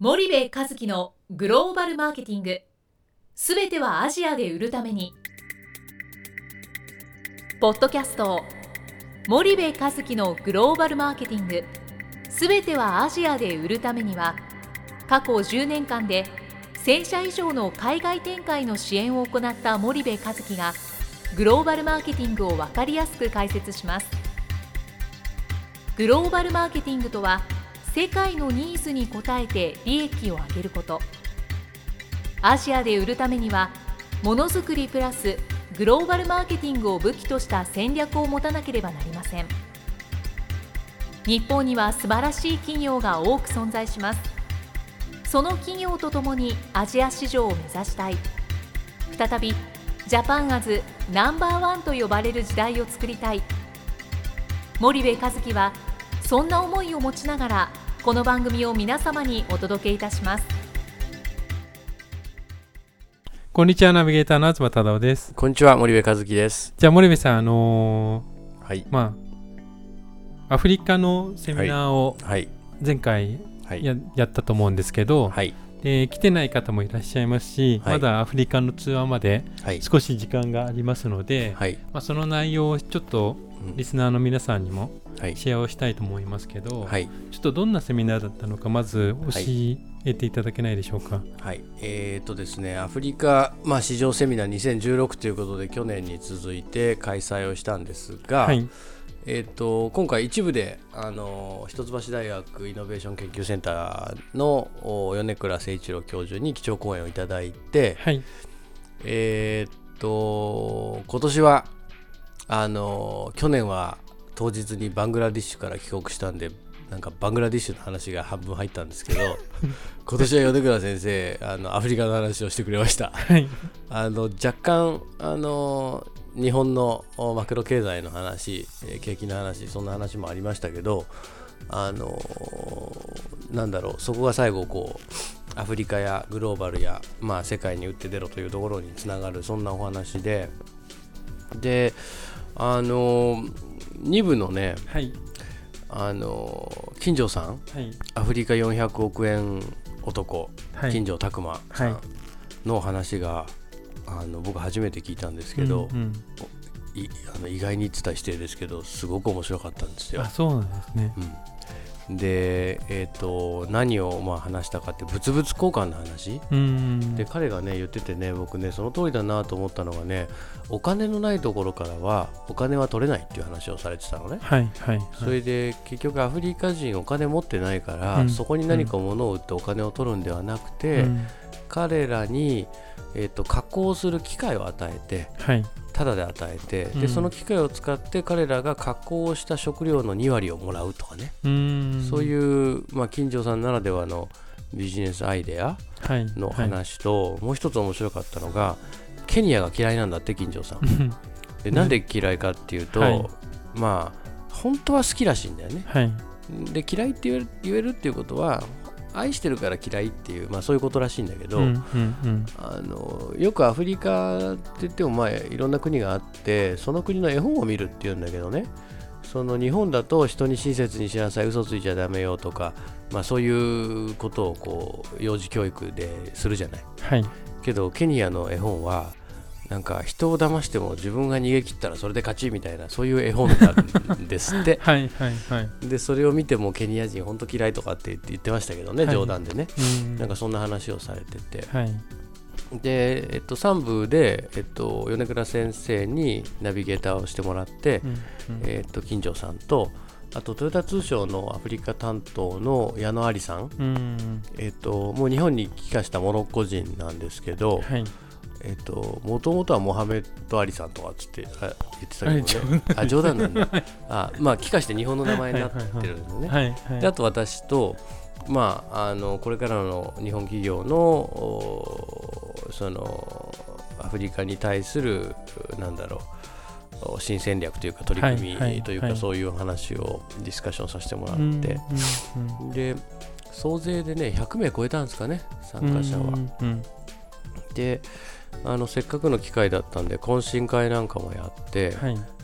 森部一樹のグローバルマーケティング、すべてはアジアで売るために。ポッドキャスト森部一樹のグローバルマーケティング、すべてはアジアで売るためには、過去10年間で1000社以上の海外展開の支援を行った森部一樹がグローバルマーケティングを分かりやすく解説します。グローバルマーケティングとは、世界のニーズに応えて利益を上げること。アジアで売るためには、ものづくりプラスグローバルマーケティングを武器とした戦略を持たなければなりません。日本には素晴らしい企業が多く存在します。その企業とともにアジア市場を目指したい。再びジャパンアズナンバーワンと呼ばれる時代を作りたい。森部一樹はそんな思いを持ちながら、この番組を皆様にお届けいたします。 こんにちは、ナビゲーターの東忠夫です。 こんにちは、森部一樹です。 じゃあ森部さん、 はい、 アフリカのセミナーを前回 やったと思うんですけど、来てない方もいらっしゃいますし、まだアフリカのツアーまで少し時間がありますので、その内容をちょっとリスナーの皆さんにもシェアをしたいと思いますけど、ちょっとどんなセミナーだったのか、まず教えていただけないでしょうか。 ですね、アフリカ、市場セミナー2016ということで去年に続いて開催をしたんですが、今回一部で一橋大学イノベーション研究センターの米倉誠一郎教授に基調講演をいただいて、今年は去年は当日にバングラディッシュから帰国したんで、なんかバングラディッシュの話が半分入ったんですけど今年は米倉先生アフリカの話をしてくれました。若干日本のマクロ経済の話、景気の話、そんな話もありましたけど、そこが最後アフリカやグローバルや、世界に打って出ろというところにつながる、そんなお話で、2部のね、金城さん、アフリカ400億円男、金城拓磨さんの話が、僕初めて聞いたんですけど、意外に言ってた否定ですけど、すごく面白かったんですよ。 そうなんですね。 で、何を話したかって、物々交換の話で、彼がね言っててね、僕ねその通りだなと思ったのがね、お金のないところからはお金は取れないっていう話をされてたのね。それで結局アフリカ人お金持ってないから、そこに何か物を売ってお金を取るんではなくて、彼らに、加工する機会を与えて、ただで与えて、でその機械を使って彼らが加工した食料の2割をもらうとかね、そういう、金城さんならではのビジネスアイデアの話と、もう一つ面白かったのが、ケニアが嫌いなんだって、金城さんで、なんで嫌いかっていうと、本当は好きらしいんだよね。で嫌いって言えるっていうことは、愛してるから嫌いっていう、そういうことらしいんだけど、よくアフリカって言っても、いろんな国があって、その国の絵本を見るっていうんだけどね、その日本だと人に親切にしなさい、嘘ついちゃダメよとか、そういうことを幼児教育でするじゃない。けどケニアの絵本はなんか人を騙しても自分が逃げ切ったらそれで勝ちみたいな、そういう絵本なんですってでそれを見てもケニア人本当嫌いとかって言ってましたけどね、冗談でね、なんかそんな話をされてて、で、3部で、米倉先生にナビゲーターをしてもらって、金城さんと、あとトヨタ通商のアフリカ担当の矢野有さん、もう日本に帰化したモロッコ人なんですけど、もともとはモハメッド・アリさんとか言ってたけどね、冗談なんだ帰化して日本の名前になってるんですね。であと私と、これからの日本企業のそのアフリカに対する新戦略というか取り組みというか、そういう話をディスカッションさせてもらって、で総勢でね100名超えたんですかね、参加者は。でせっかくの機会だったんで懇親会なんかもやって、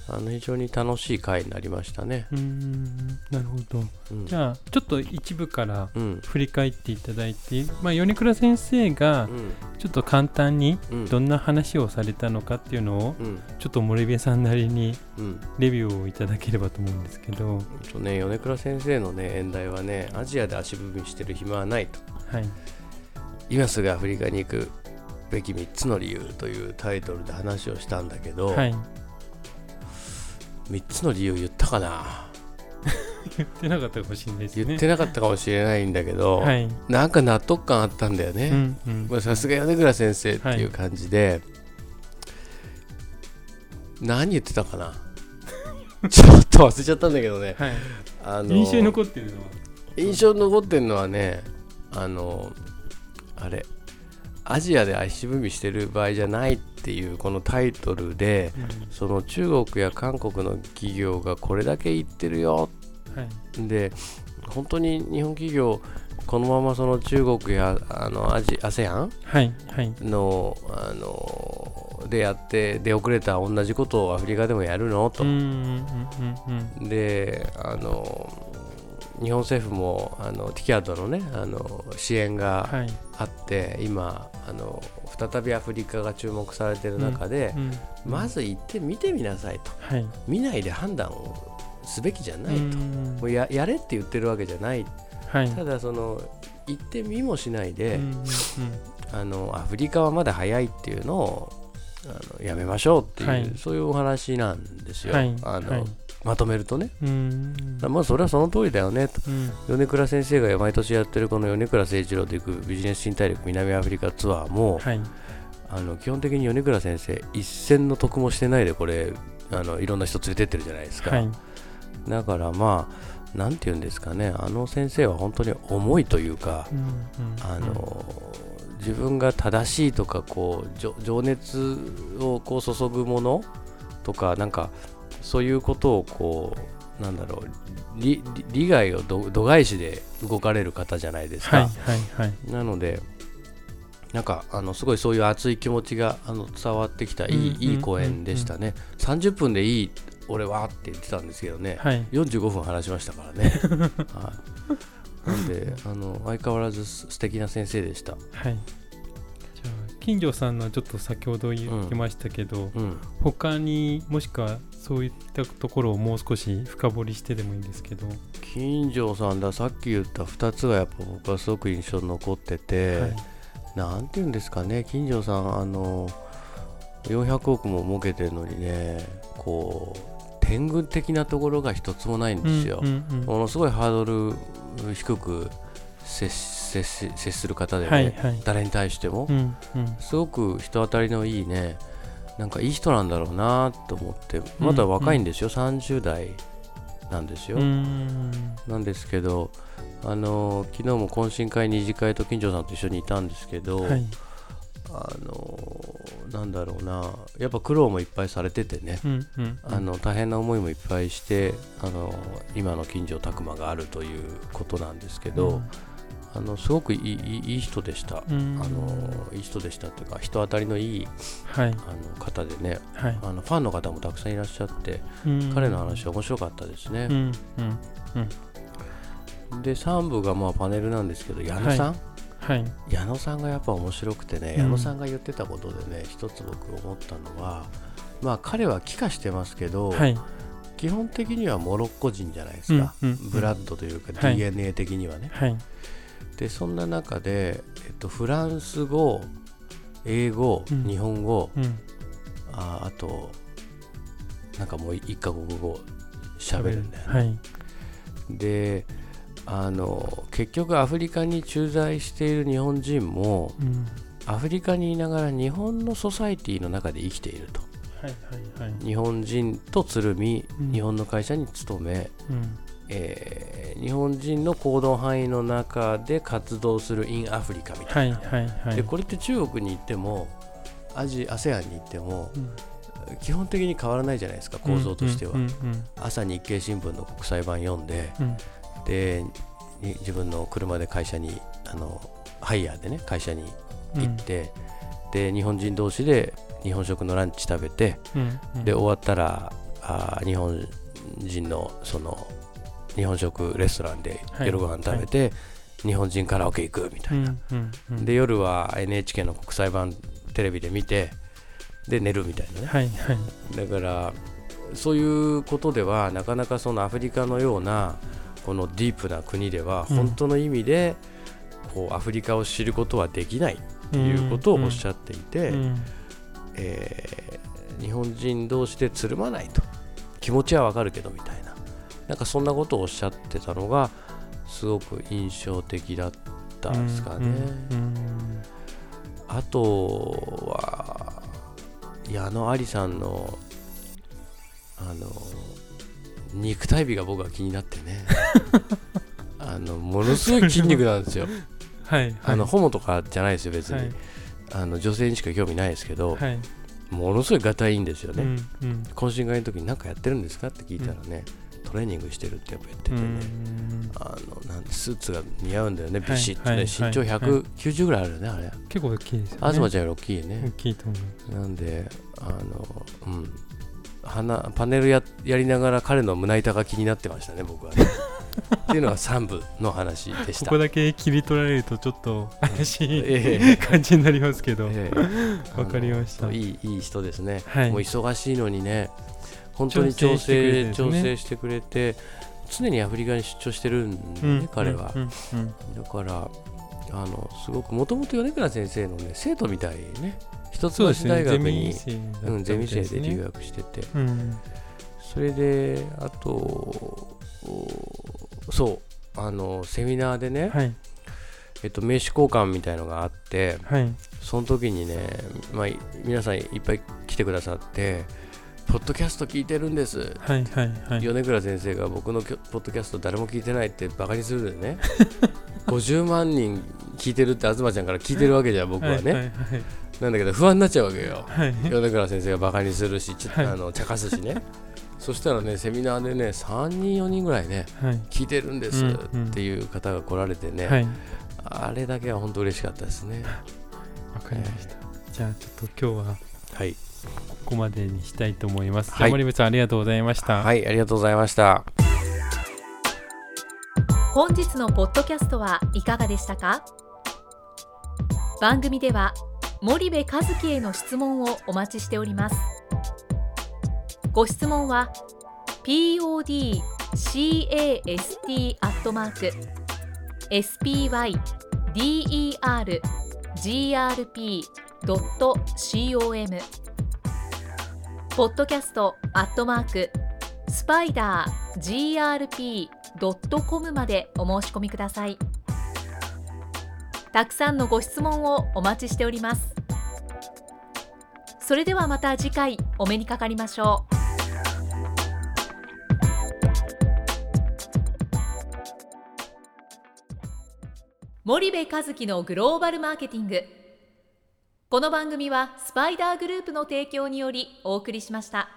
非常に楽しい回になりましたね。 なるほど、じゃあちょっと一部から振り返っていただいて、米倉先生がちょっと簡単にどんな話をされたのかっていうのをちょっと森部さんなりにレビューをいただければと思うんですけど、 米倉先生のね演題はね、アジアで足踏みしてる暇はないと、今すぐアフリカに行くべき3つの理由というタイトルで話をしたんだけど、3つの理由言ったかな言ってなかったかもしれないですね。 言ってなかったかもしれないんだけど、なんか納得感あったんだよね。さすが米倉先生っていう感じで、何言ってたかなちょっと忘れちゃったんだけどね、 印象に残ってるのはね、あれアジアで足踏みしてる場合じゃないっていうこのタイトルで、その中国や韓国の企業がこれだけ言ってるよ、で本当に日本企業このままその中国やASEAN の、でやって出遅れた同じことをアフリカでもやるのと、で日本政府もティキャッドのね支援があって、今再びアフリカが注目されている中で、まず行って見てみなさいと、見ないで判断をすべきじゃないと、もう やれって言ってるわけじゃない、ただその行ってみもしないで、アフリカはまだ早いっていうのをやめましょうっていう、そういうお話なんですよ、まとめるとね。まあそれはその通りだよねと、米倉先生が毎年やってるこの米倉誠一郎と行くビジネス新大陸南アフリカツアーも、基本的に米倉先生一銭の得もしてないでこれいろんな人連れてってるじゃないですか、だからまあなんていうんですかね、先生は本当に重いというか、自分が正しいとかこう情熱をこう注ぐものとか、なんかそういうことをこうなんだろう、利害を度外視で動かれる方じゃないですか。なのでなんかすごいそういう熱い気持ちが伝わってきたいい講演でしたね。30分でいい俺はって言ってたんですけどね、45分話しましたからね。なんで相変わらず素敵な先生でした。 じゃあ金城さんのちょっと先ほど言ってましたけど、他にもしくはそういったところをもう少し深掘りしてでもいいんですけど。 金城さんだ、さっき言った2つがやっぱ僕はすごく印象に残ってて、なんて言うんですかね、金城さん400億も儲けてるのにね、こう天狗的なところが一つもないんですよ。ものすごいハードル低く接する方でね、誰に対しても、すごく人当たりのいいね、なんかいい人なんだろうなと思って、まだ若いんですよ、30代なんですよ。なんですけど、昨日も懇親会二次会と金城さんと一緒にいたんですけど、なんだろうな、やっぱ苦労もいっぱいされててね、大変な思いもいっぱいして今の金城拓磨があるということなんですけど、すごくいい人でした。いい人でしたというか、人当たりのいい、方でね、ファンの方もたくさんいらっしゃって、彼の話は面白かったですね。で3部がまあパネルなんですけど、矢野さん、矢野さんがやっぱ面白くてね、矢野さんが言ってたことでね、一つ僕思ったのは、まあ彼は帰化してますけど、基本的にはモロッコ人じゃないですか、ブラッドというか DNA 的にはね。でそんな中で、フランス語、英語、日本語、あとなんかもう1カ国語喋るんだよね。で結局アフリカに駐在している日本人も、アフリカにいながら日本のソサイティの中で生きていると。日本人とつるみ、日本の会社に勤め、日本人の行動範囲の中で活動するインアフリカみたいな。でこれって中国に行ってもASEAN に行っても、基本的に変わらないじゃないですか、構造としては。朝日経新聞の国際版読んで、で自分の車で会社にハイヤーでね会社に行って、で日本人同士で日本食のランチ食べて、で終わったら日本人のその日本食レストランで夜ご飯食べて、日本人カラオケ行くみたいな、で夜は NHK の国際版テレビで見てで寝るみたいなね、だからそういうことではなかなかそのアフリカのようなこのディープな国では本当の意味でこうアフリカを知ることはできないということをおっしゃっていて、日本人同士でつるまないと、気持ちはわかるけどみたいな、なんかそんなことをおっしゃってたのがすごく印象的だったんですかね。あとは矢野有さんの肉体美が僕は気になってねものすごい筋肉なんですよホモとかじゃないですよ別に、女性にしか興味ないですけど、ものすごいガタイいいんですよね、懇親会の時に何かやってるんですかって聞いたらね、トレーニングしてるってやっぱ言っててね、なんてスーツが似合うんだよね、ビシッとね、身長190ぐらいあるよね、あれ結構大きいですよね。 東ちゃんより大きいね。 大きいと思う。なんでパネル やりながら彼の胸板が気になってましたね僕はねっていうのが3部の話でした。 ここだけ切り取られるとちょっと怪しい、感じになりますけど、わかりました。 いい人ですね、もう忙しいのにね本当に調整してくれて、常にアフリカに出張してるんでね、彼は。だからすごくもともと米倉先生のね生徒みたいね、一橋大学にゼミ生で留学してて、それであとそうセミナーでね、名刺交換みたいのがあって、その時にね、皆さんいっぱい来てくださってポッドキャスト聞いてるんです、米倉先生が僕のポッドキャスト誰も聞いてないってバカにするでね50万人聞いてるって東ちゃんから聞いてるわけじゃん僕はね、なんだけど不安になっちゃうわけよ、米倉先生がバカにするし茶化すしねそしたらねセミナーでね3人4人ぐらいね、聞いてるんですっていう方が来られてね、あれだけは本当嬉しかったですね。 わかりました、じゃあちょっと今日はここまでにしたいと思います。森部さんありがとうございました。 ありがとうございました。 本日のポッドキャストはいかがでしたか？番組では森部一樹への質問をお待ちしております。ご質問は podcast@spydergrp.com podcast@spidergrp.com までお申し込みください。たくさんのご質問をお待ちしております。それではまた次回お目にかかりましょう。森部一樹のグローバルマーケティング。この番組はスパイダーグループの提供によりお送りしました。